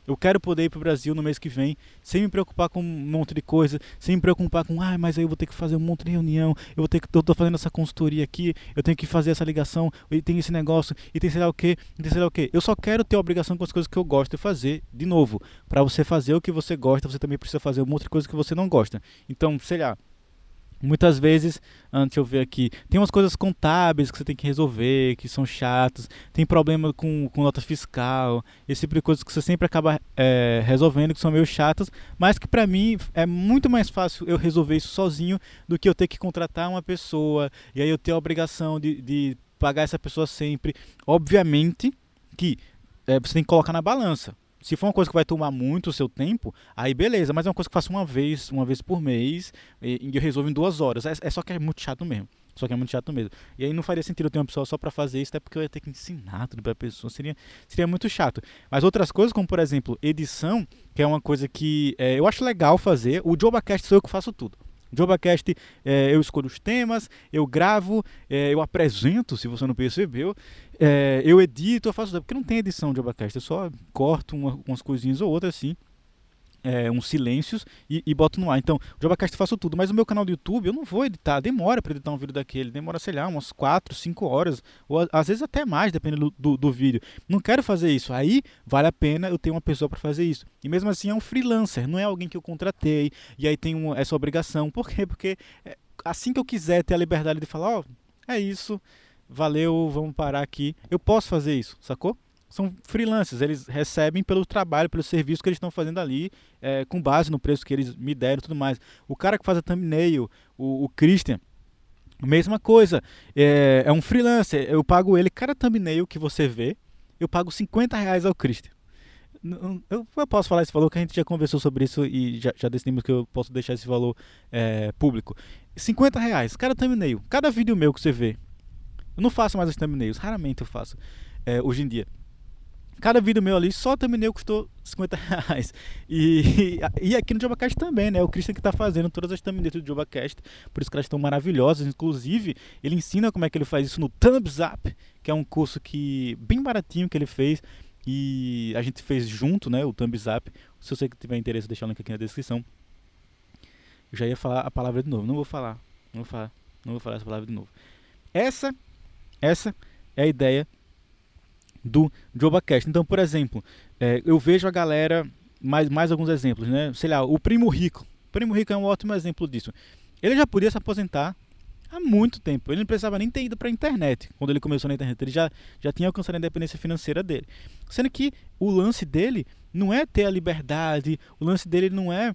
Eu quero poder ir pro Brasil no mês que vem, sem me preocupar com um monte de coisa, sem me preocupar com, mas aí eu vou ter que fazer um monte de reunião, eu tô fazendo essa consultoria aqui, eu tenho que fazer essa ligação, e tem esse negócio, e tem sei lá o que, e tem sei lá o que. Eu só quero ter a obrigação com as coisas que eu gosto de fazer, de novo. Para você fazer o que você gosta, você também precisa fazer um monte de coisa que você não gosta. Então, sei lá, muitas vezes, deixa eu ver aqui, tem umas coisas contábeis que você tem que resolver, que são chatas, tem problema com nota fiscal, esse tipo de coisas que você sempre acaba resolvendo, que são meio chatas, mas que pra mim é muito mais fácil eu resolver isso sozinho do que eu ter que contratar uma pessoa, e aí eu ter a obrigação de pagar essa pessoa sempre. Obviamente que você tem que colocar na balança. Se for uma coisa que vai tomar muito o seu tempo, aí beleza, mas é uma coisa que eu faço uma vez por mês, e eu resolvo em 2 horas. Só que é muito chato mesmo. Só que é muito chato mesmo. E aí não faria sentido eu ter uma pessoa só pra fazer isso, até porque eu ia ter que ensinar tudo pra pessoa. Seria muito chato. Mas outras coisas, como por exemplo, edição, que é uma coisa que eu acho legal fazer. O JobaCast sou eu que faço tudo. JobaCast, eu escolho os temas, eu gravo, eu apresento, se você não percebeu, eu edito, eu faço tudo, porque não tem edição de JobaCast, eu só corto umas coisinhas ou outras assim, uns silêncios e boto no ar. Então, o JobaCast eu faço tudo, mas o meu canal do YouTube eu não vou editar, demora para editar um vídeo daquele, demora, sei lá, umas 4, 5 horas, ou às vezes até mais, dependendo do vídeo. Não quero fazer isso, aí vale a pena eu ter uma pessoa para fazer isso. E mesmo assim é um freelancer, não é alguém que eu contratei, e aí tem essa obrigação. Por quê? Porque assim que eu quiser ter a liberdade de falar, é isso, valeu, vamos parar aqui, eu posso fazer isso, sacou? São freelancers, eles recebem pelo trabalho, pelo serviço que eles estão fazendo ali, com base no preço que eles me deram e tudo mais. O cara que faz a thumbnail, o Christian, mesma coisa, é um freelancer, eu pago ele, cada thumbnail que você vê, eu pago R$ 50 ao Christian. Eu posso falar esse valor, que a gente já conversou sobre isso e já decidimos que eu posso deixar esse valor público. R$ 50, cada thumbnail, cada vídeo meu que você vê. Eu não faço mais as thumbnails, raramente eu faço, hoje em dia. Cada vídeo meu ali, só thumbnail custou R$ 50. E aqui no JobaCast também, né? O Christian que está fazendo todas as thumbnails do JobaCast, por isso que elas estão maravilhosas. Inclusive, ele ensina como é que ele faz isso no Thumbs Up, que é um curso bem baratinho que ele fez. E a gente fez junto, né? O Thumbs Up. Se você tiver interesse, deixa o link aqui na descrição. Eu já ia falar a palavra de novo. Não vou falar essa palavra de novo. Essa é a ideia do JobaCast. Então, por exemplo, eu vejo a galera, mais alguns exemplos, né? Sei lá, o Primo Rico. O Primo Rico é um ótimo exemplo disso. Ele já podia se aposentar há muito tempo. Ele não precisava nem ter ido para a internet. Quando ele começou na internet, ele já tinha alcançado a independência financeira dele. Sendo que o lance dele não é ter a liberdade, o lance dele não é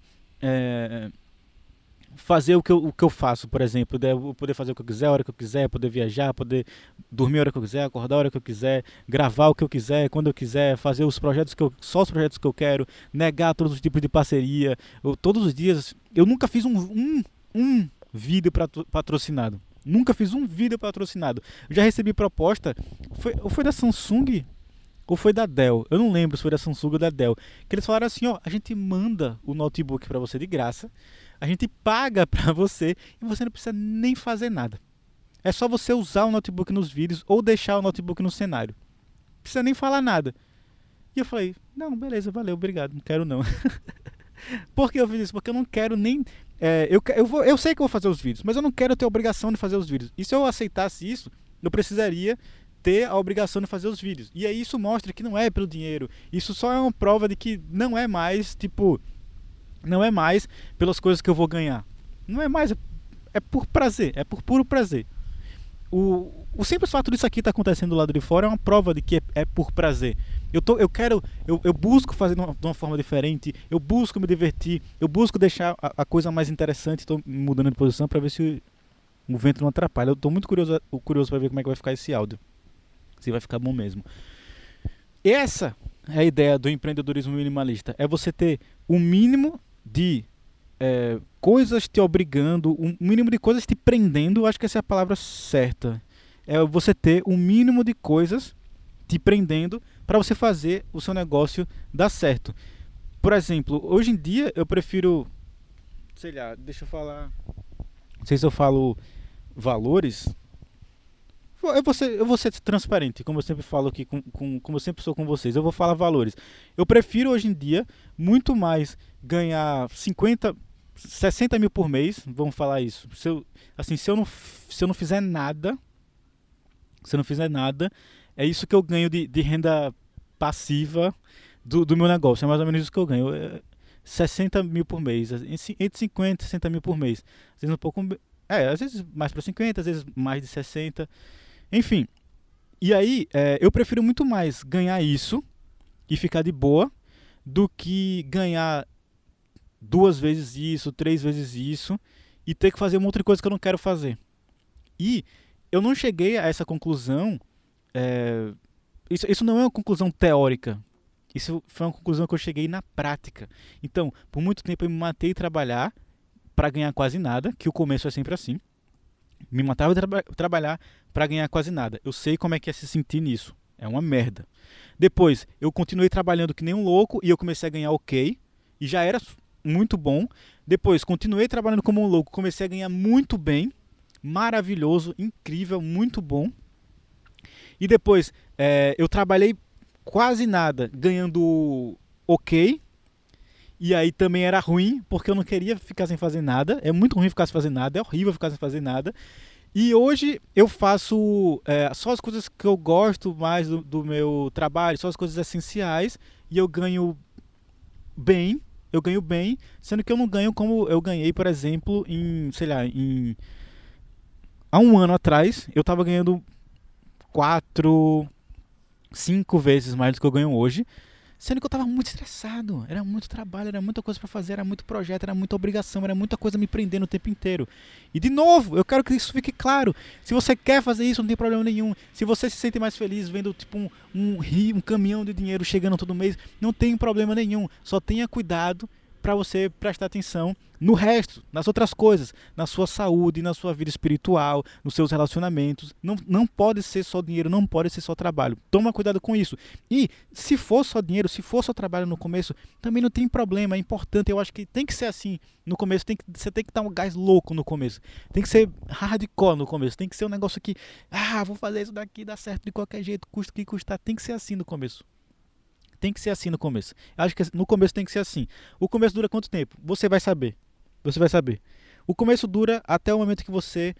fazer o que eu faço, por exemplo, poder fazer o que eu quiser, a hora que eu quiser, poder viajar, poder dormir a hora que eu quiser, acordar a hora que eu quiser, gravar o que eu quiser, quando eu quiser, fazer só os projetos que eu quero, negar todos os tipos de parceria. Todos os dias, eu nunca fiz um vídeo patrocinado. Nunca fiz um vídeo patrocinado. Eu já recebi proposta, foi da Samsung ou foi da Dell, eu não lembro se foi da Samsung ou da Dell, que eles falaram assim, a gente manda o notebook para você de graça, a gente paga para você e você não precisa nem fazer nada. É só você usar o notebook nos vídeos ou deixar o notebook no cenário. Não precisa nem falar nada. E eu falei, não, beleza, valeu, obrigado, não quero não. Por que eu fiz isso? Porque eu não quero nem... eu sei que eu vou fazer os vídeos, mas eu não quero ter a obrigação de fazer os vídeos. E se eu aceitasse isso, eu precisaria ter a obrigação de fazer os vídeos. E aí isso mostra que não é pelo dinheiro. Isso só é uma prova de que não é mais, não é mais pelas coisas que eu vou ganhar. Não é mais, é por prazer, é por puro prazer. O simples fato disso aqui estar acontecendo do lado de fora é uma prova de que é por prazer. Eu busco fazer de uma forma diferente, eu busco me divertir, eu busco deixar a coisa mais interessante. Estou mudando de posição para ver se o vento não atrapalha. Eu estou muito curioso para ver como é que vai ficar esse áudio. Se vai ficar bom mesmo. Essa é a ideia do empreendedorismo minimalista. É você ter um mínimo de coisas te obrigando, um mínimo de coisas te prendendo. Eu acho que essa é a palavra certa. É você ter um mínimo de coisas te prendendo para você fazer o seu negócio dar certo. Por exemplo, hoje em dia eu prefiro, sei lá, deixa eu falar, não sei se eu falo valores, Eu vou ser transparente, como eu sempre falo aqui, como eu sempre sou com vocês. Eu vou falar valores. Eu prefiro hoje em dia muito mais ganhar 50, 60 mil por mês, vamos falar isso. Se eu não fizer nada, se eu não fizer nada, é isso que eu ganho de renda passiva do meu negócio. É mais ou menos isso que eu ganho. 60 mil por mês, entre 50 e 60 mil por mês. Às vezes um pouco. Às vezes mais para 50, às vezes mais de 60. Enfim. E aí, eu prefiro muito mais ganhar isso e ficar de boa do que ganhar 2 vezes isso, 3 vezes isso e ter que fazer uma outra coisa que eu não quero fazer. E eu não cheguei a essa conclusão. Isso não é uma conclusão teórica. Isso foi uma conclusão que eu cheguei na prática. Então, por muito tempo eu me matei a trabalhar para ganhar quase nada, que o começo é sempre assim. Me matava a trabalhar para ganhar quase nada. Eu sei como é que é se sentir nisso. É uma merda. Depois, eu continuei trabalhando que nem um louco e eu comecei a ganhar ok. E já era muito bom. Depois, continuei trabalhando como um louco, comecei a ganhar muito bem. Maravilhoso, incrível, muito bom. E depois, eu trabalhei quase nada, ganhando ok. E aí também era ruim, porque eu não queria ficar sem fazer nada. É muito ruim ficar sem fazer nada, é horrível ficar sem fazer nada. E hoje eu faço só as coisas que eu gosto mais do meu trabalho, só as coisas essenciais. E eu ganho bem, sendo que eu não ganho como eu ganhei, por exemplo, sei lá, há um ano atrás, eu estava ganhando 4, 5 vezes mais do que eu ganho hoje, sendo que eu estava muito estressado, era muito trabalho, era muita coisa para fazer, era muito projeto, era muita obrigação, era muita coisa me prendendo o tempo inteiro. E de novo, eu quero que isso fique claro. Se você quer fazer isso, não tem problema nenhum. Se você se sente mais feliz vendo tipo um caminhão de dinheiro chegando todo mês, não tem problema nenhum. Só tenha cuidado para você prestar atenção no resto, nas outras coisas, na sua saúde, na sua vida espiritual, nos seus relacionamentos. Não pode ser só dinheiro, não pode ser só trabalho. Toma cuidado com isso. E se for só dinheiro, se for só trabalho no começo, também não tem problema, é importante. Eu acho que tem que ser assim no começo. Você tem que dar um gás louco no começo. Tem que ser hardcore no começo. Tem que ser um negócio que, vou fazer isso daqui, dá certo de qualquer jeito, custa o que custar. Tem que ser assim no começo. Tem que ser assim no começo. Eu acho que no começo tem que ser assim. O começo dura quanto tempo? Você vai saber. Você vai saber. O começo dura até o momento que você...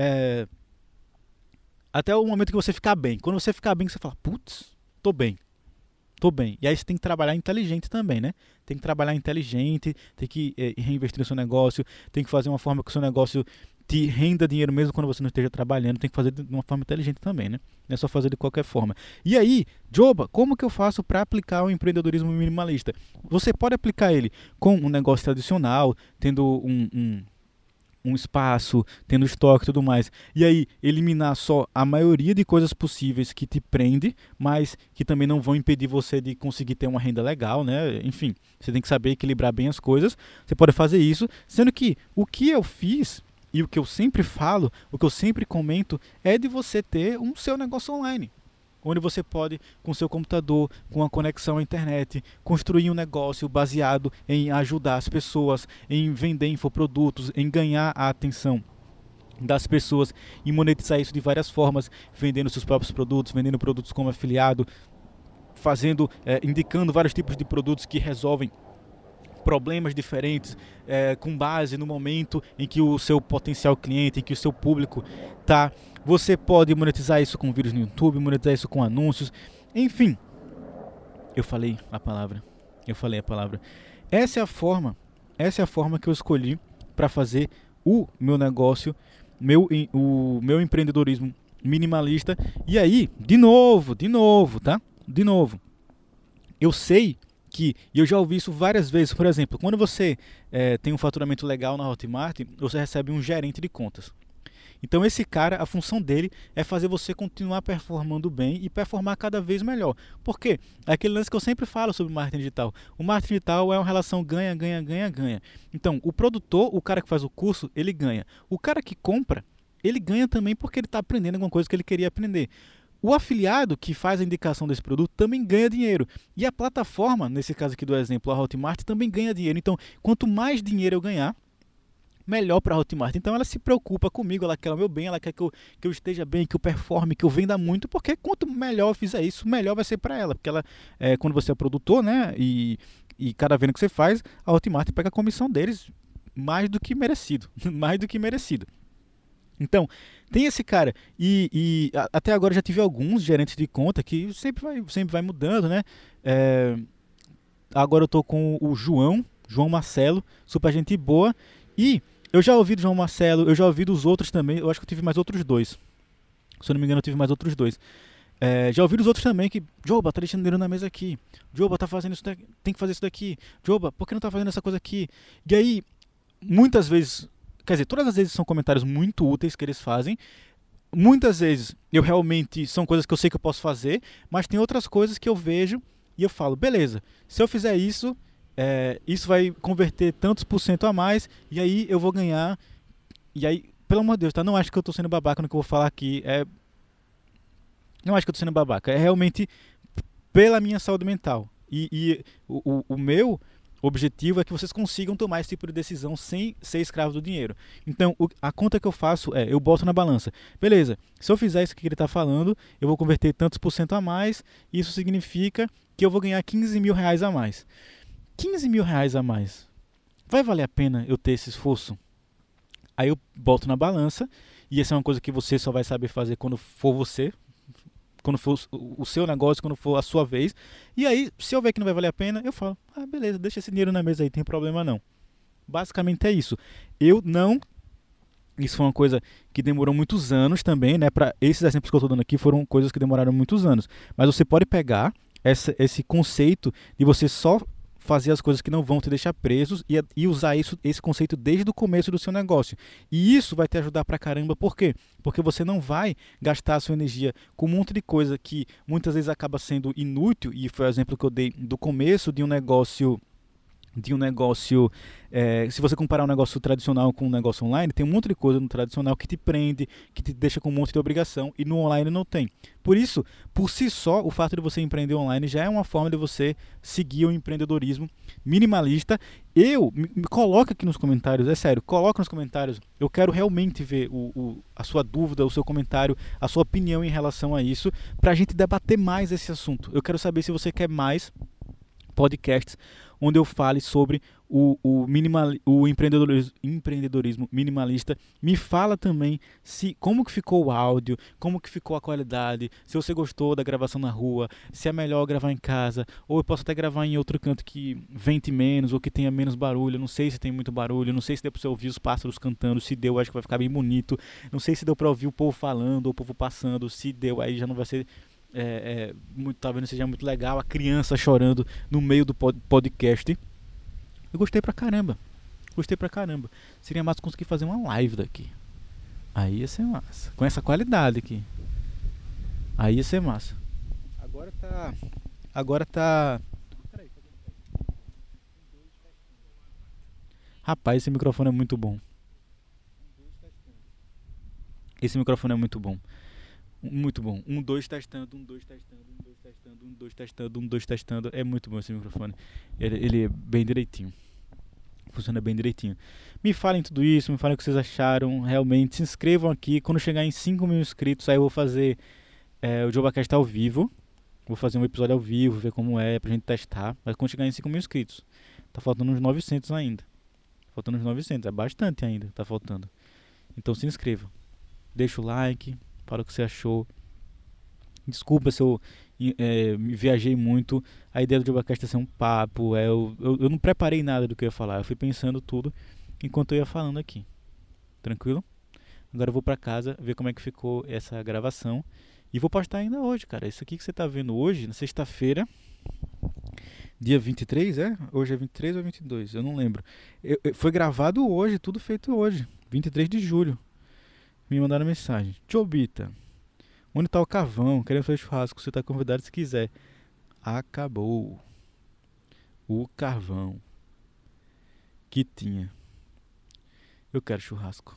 até o momento que você ficar bem. Quando você ficar bem, você fala, putz, tô bem. Tô bem. E aí você tem que trabalhar inteligente também, né? Tem que trabalhar inteligente, tem que reinvestir no seu negócio, tem que fazer uma forma que o seu negócio te renda dinheiro mesmo quando você não esteja trabalhando, tem que fazer de uma forma inteligente também, né? Não é só fazer de qualquer forma. E aí, Joba, como que eu faço para aplicar o empreendedorismo minimalista? Você pode aplicar ele com um negócio tradicional, tendo um espaço, tendo estoque e tudo mais. E aí, eliminar só a maioria de coisas possíveis que te prende, mas que também não vão impedir você de conseguir ter uma renda legal, né? Enfim, você tem que saber equilibrar bem as coisas. Você pode fazer isso, sendo que o que eu fiz e o que eu sempre falo, o que eu sempre comento, é de você ter um seu negócio online. Onde você pode, com seu computador, com a conexão à internet, construir um negócio baseado em ajudar as pessoas, em vender infoprodutos, em ganhar a atenção das pessoas e monetizar isso de várias formas, vendendo seus próprios produtos, vendendo produtos como afiliado, indicando vários tipos de produtos que resolvem problemas diferentes, com base no momento em que o seu potencial cliente, em que o seu público está. Você pode monetizar isso com vídeos no YouTube, monetizar isso com anúncios, enfim. Eu falei a palavra. Essa é a forma que eu escolhi para fazer o meu negócio, o meu empreendedorismo minimalista. E aí, de novo, tá? De novo. Eu sei e eu já ouvi isso várias vezes, por exemplo, quando você tem um faturamento legal na Hotmart, você recebe um gerente de contas. Então esse cara, a função dele é fazer você continuar performando bem e performar cada vez melhor. Por quê? É aquele lance que eu sempre falo sobre marketing digital. O marketing digital é uma relação ganha, ganha, ganha, ganha. Então o produtor, o cara que faz o curso, ele ganha. O cara que compra, ele ganha também porque ele está aprendendo alguma coisa que ele queria aprender. O afiliado que faz a indicação desse produto também ganha dinheiro. E a plataforma, nesse caso aqui do exemplo, a Hotmart, também ganha dinheiro. Então, quanto mais dinheiro eu ganhar, melhor para a Hotmart. Então ela se preocupa comigo, ela quer o meu bem, ela quer que eu esteja bem, que eu performe, que eu venda muito, porque quanto melhor eu fizer isso, melhor vai ser para ela. Porque ela, quando você é produtor, né, e cada venda que você faz, a Hotmart pega a comissão deles mais do que merecido. Mais do que merecido. Então, tem esse cara, até agora já tive alguns gerentes de conta que sempre vai mudando, né? Agora eu tô com o João Marcelo, super gente boa, e eu já ouvi do João Marcelo, eu já ouvi dos outros também, eu acho que eu tive mais outros dois. Se eu não me engano, eu tive mais outros dois. Já ouvi dos outros também que, Joba, tá deixando dinheiro na mesa aqui. Joba, tá fazendo isso daqui, tem que fazer isso daqui. Joba, por que não tá fazendo essa coisa aqui? E aí, muitas vezes, quer dizer, todas as vezes são comentários muito úteis que eles fazem. Muitas vezes eu realmente são coisas que eu sei que eu posso fazer, mas tem outras coisas que eu vejo e eu falo, beleza, se eu fizer isso, isso vai converter tantos por cento a mais e aí eu vou ganhar. E aí, pelo amor de Deus, tá? Não acho que eu tô sendo babaca no que eu vou falar aqui. Não acho que eu tô sendo babaca. É realmente pela minha saúde mental. E o meu objetivo é que vocês consigam tomar esse tipo de decisão sem ser escravo do dinheiro. Então, a conta que eu faço eu boto na balança. Beleza, se eu fizer isso que ele está falando, eu vou converter tantos por cento a mais, isso significa que eu vou ganhar 15 mil reais a mais. 15 mil reais a mais. Vai valer a pena eu ter esse esforço? Aí eu boto na balança, e essa é uma coisa que você só vai saber fazer quando for você, quando for o seu negócio, quando for a sua vez. E aí, se eu ver que não vai valer a pena, eu falo, beleza, deixa esse dinheiro na mesa aí, tem problema não. Basicamente é isso. Isso foi uma coisa que demorou muitos anos também, né? Esses exemplos que eu estou dando aqui foram coisas que demoraram muitos anos. Mas você pode pegar esse conceito de você só fazer as coisas que não vão te deixar presos e usar esse conceito desde o começo do seu negócio. E isso vai te ajudar pra caramba. Por quê? Porque você não vai gastar a sua energia com um monte de coisa que muitas vezes acaba sendo inútil, e foi o exemplo que eu dei do começo de um negócio. Se você comparar um negócio tradicional com um negócio online, tem um monte de coisa no tradicional que te prende, que te deixa com um monte de obrigação, e no online não tem. Por isso, por si só, o fato de você empreender online já é uma forma de você seguir o empreendedorismo minimalista. Me coloca aqui nos comentários, é sério, coloca nos comentários, eu quero realmente ver a sua dúvida, o seu comentário, a sua opinião em relação a isso, pra gente debater mais esse assunto. Eu quero saber se você quer mais podcasts onde eu fale sobre o empreendedorismo minimalista. Me fala também como que ficou o áudio, como que ficou a qualidade, se você gostou da gravação na rua, se é melhor gravar em casa, ou eu posso até gravar em outro canto que vente menos, ou que tenha menos barulho. Não sei se tem muito barulho, não sei se deu para você ouvir os pássaros cantando, se deu, acho que vai ficar bem bonito. Não sei se deu para ouvir o povo falando, ou o povo passando, se deu, aí já não vai ser... talvez não seja muito legal a criança chorando no meio do podcast. Eu gostei pra caramba. Seria massa conseguir fazer uma live daqui. Aí ia ser massa. Com essa qualidade aqui. Aí ia ser massa. Agora tá. Rapaz, esse microfone é muito bom. Muito bom. 1, 2 testando, 1, 2 testando, 1, 2 testando, 1, 2 testando, 1, 2 testando. É muito bom esse microfone. Ele é bem direitinho. Funciona bem direitinho. Me falem tudo isso, me falem o que vocês acharam. Realmente, se inscrevam aqui. Quando chegar em 5 mil inscritos, aí eu vou fazer o JobaCast ao vivo. Vou fazer um episódio ao vivo, ver como é, pra gente testar. Mas quando chegar em 5 mil inscritos, tá faltando uns 900 ainda. É bastante ainda, tá faltando. Então se inscreva. Deixa o like. Fala o que você achou. Desculpa se eu me viajei muito. A ideia do JobaCast é ser um papo. Eu não preparei nada do que eu ia falar. Eu fui pensando tudo enquanto eu ia falando aqui. Tranquilo? Agora eu vou pra casa ver como é que ficou essa gravação. E vou postar ainda hoje, cara. Isso aqui que você tá vendo hoje, na sexta-feira, dia 23, é? Hoje é 23 ou 22? Eu não lembro. Foi gravado hoje, tudo feito hoje. 23 de julho. Me mandaram mensagem. Jobita, onde tá o carvão? Querendo fazer churrasco. Você tá convidado se quiser. Acabou o carvão que tinha. Eu quero churrasco.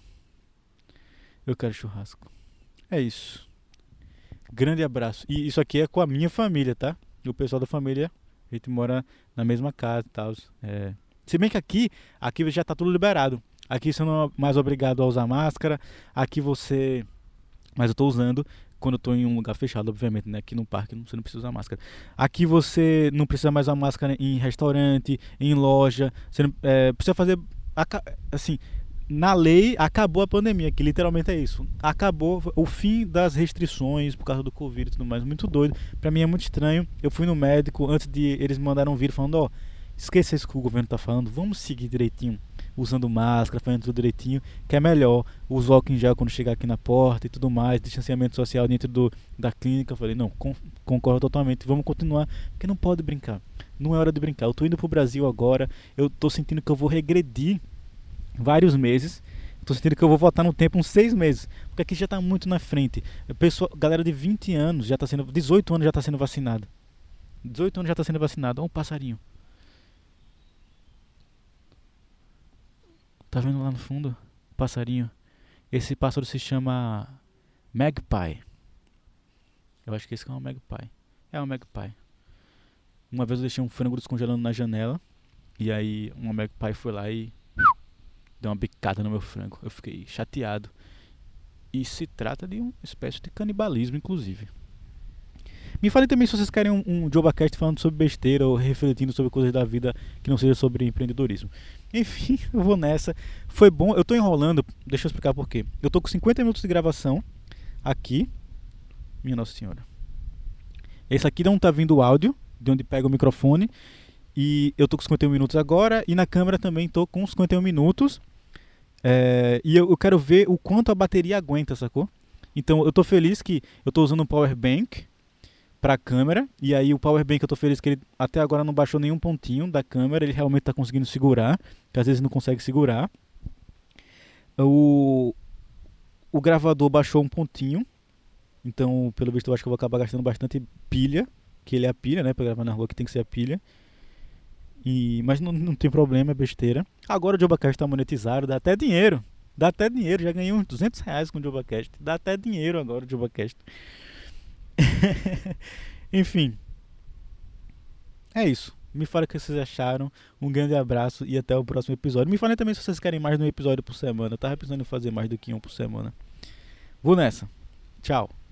É isso. Grande abraço. E isso aqui é com a minha família, tá? E o pessoal da família, a gente mora na mesma casa e tal. Se bem que aqui já tá tudo liberado. Aqui você não é mais obrigado a usar máscara. Aqui você... Mas eu tô usando quando eu tô em um lugar fechado, obviamente, né? Aqui no parque você não precisa usar máscara. Aqui você não precisa mais usar máscara em restaurante, em loja. Você não, precisa fazer... Assim, na lei, acabou a pandemia, que literalmente é isso. Acabou o fim das restrições por causa do Covid e tudo mais. Muito doido. Pra mim é muito estranho. Eu fui no médico, antes de... Eles me mandaram um vídeo falando, ó... Esqueça isso que o governo tá falando, vamos seguir direitinho, usando máscara, fazendo tudo direitinho, que é melhor. Os álcool em gel quando chegar aqui na porta e tudo mais, distanciamento social dentro da clínica. Eu falei, não, concordo totalmente, vamos continuar, porque não pode brincar. Não é hora de brincar. Eu tô indo pro Brasil agora, eu tô sentindo que eu vou regredir vários meses. Tô sentindo que eu vou voltar no tempo uns 6 meses, porque aqui já tá muito na frente. Galera de 20 anos já tá sendo, 18 anos já tá sendo vacinado. 18 anos já tá sendo vacinado. Olha um passarinho. Tá vendo lá no fundo? Passarinho. Esse pássaro se chama Magpie. Eu acho que esse é um Magpie. É um Magpie. Uma vez eu deixei um frango descongelando na janela. E aí uma Magpie foi lá e deu uma bicada no meu frango. Eu fiquei chateado. E se trata de uma espécie de canibalismo, inclusive. Me falem também se vocês querem um JobaCast falando sobre besteira ou refletindo sobre coisas da vida que não seja sobre empreendedorismo. Enfim, eu vou nessa. Foi bom, eu tô enrolando, deixa eu explicar por quê. Eu tô com 50 minutos de gravação aqui. Minha Nossa Senhora. Esse aqui não tá vindo o áudio, de onde pega o microfone. E eu tô com 51 minutos agora. E na câmera também tô com 51 minutos. E eu quero ver o quanto a bateria aguenta, sacou? Então eu tô feliz que eu tô usando um power bank pra câmera, e aí o power bank eu tô feliz que ele até agora não baixou nenhum pontinho da câmera, ele realmente tá conseguindo segurar, que às vezes não consegue segurar. O gravador baixou um pontinho, então pelo visto eu acho que eu vou acabar gastando bastante pilha, que ele é a pilha, né, pra gravar na rua que tem que ser a pilha. Mas não tem problema, é besteira. Agora o JobaCast tá monetizado, dá até dinheiro. Já ganhei uns R$200 com o JobaCast. Dá até dinheiro agora o JobaCast. Enfim, é isso. Me fala o que vocês acharam. Um grande abraço e até o próximo episódio. Me falem também se vocês querem mais de um episódio por semana. Eu tava pensando em fazer mais do que um por semana. Vou nessa. Tchau.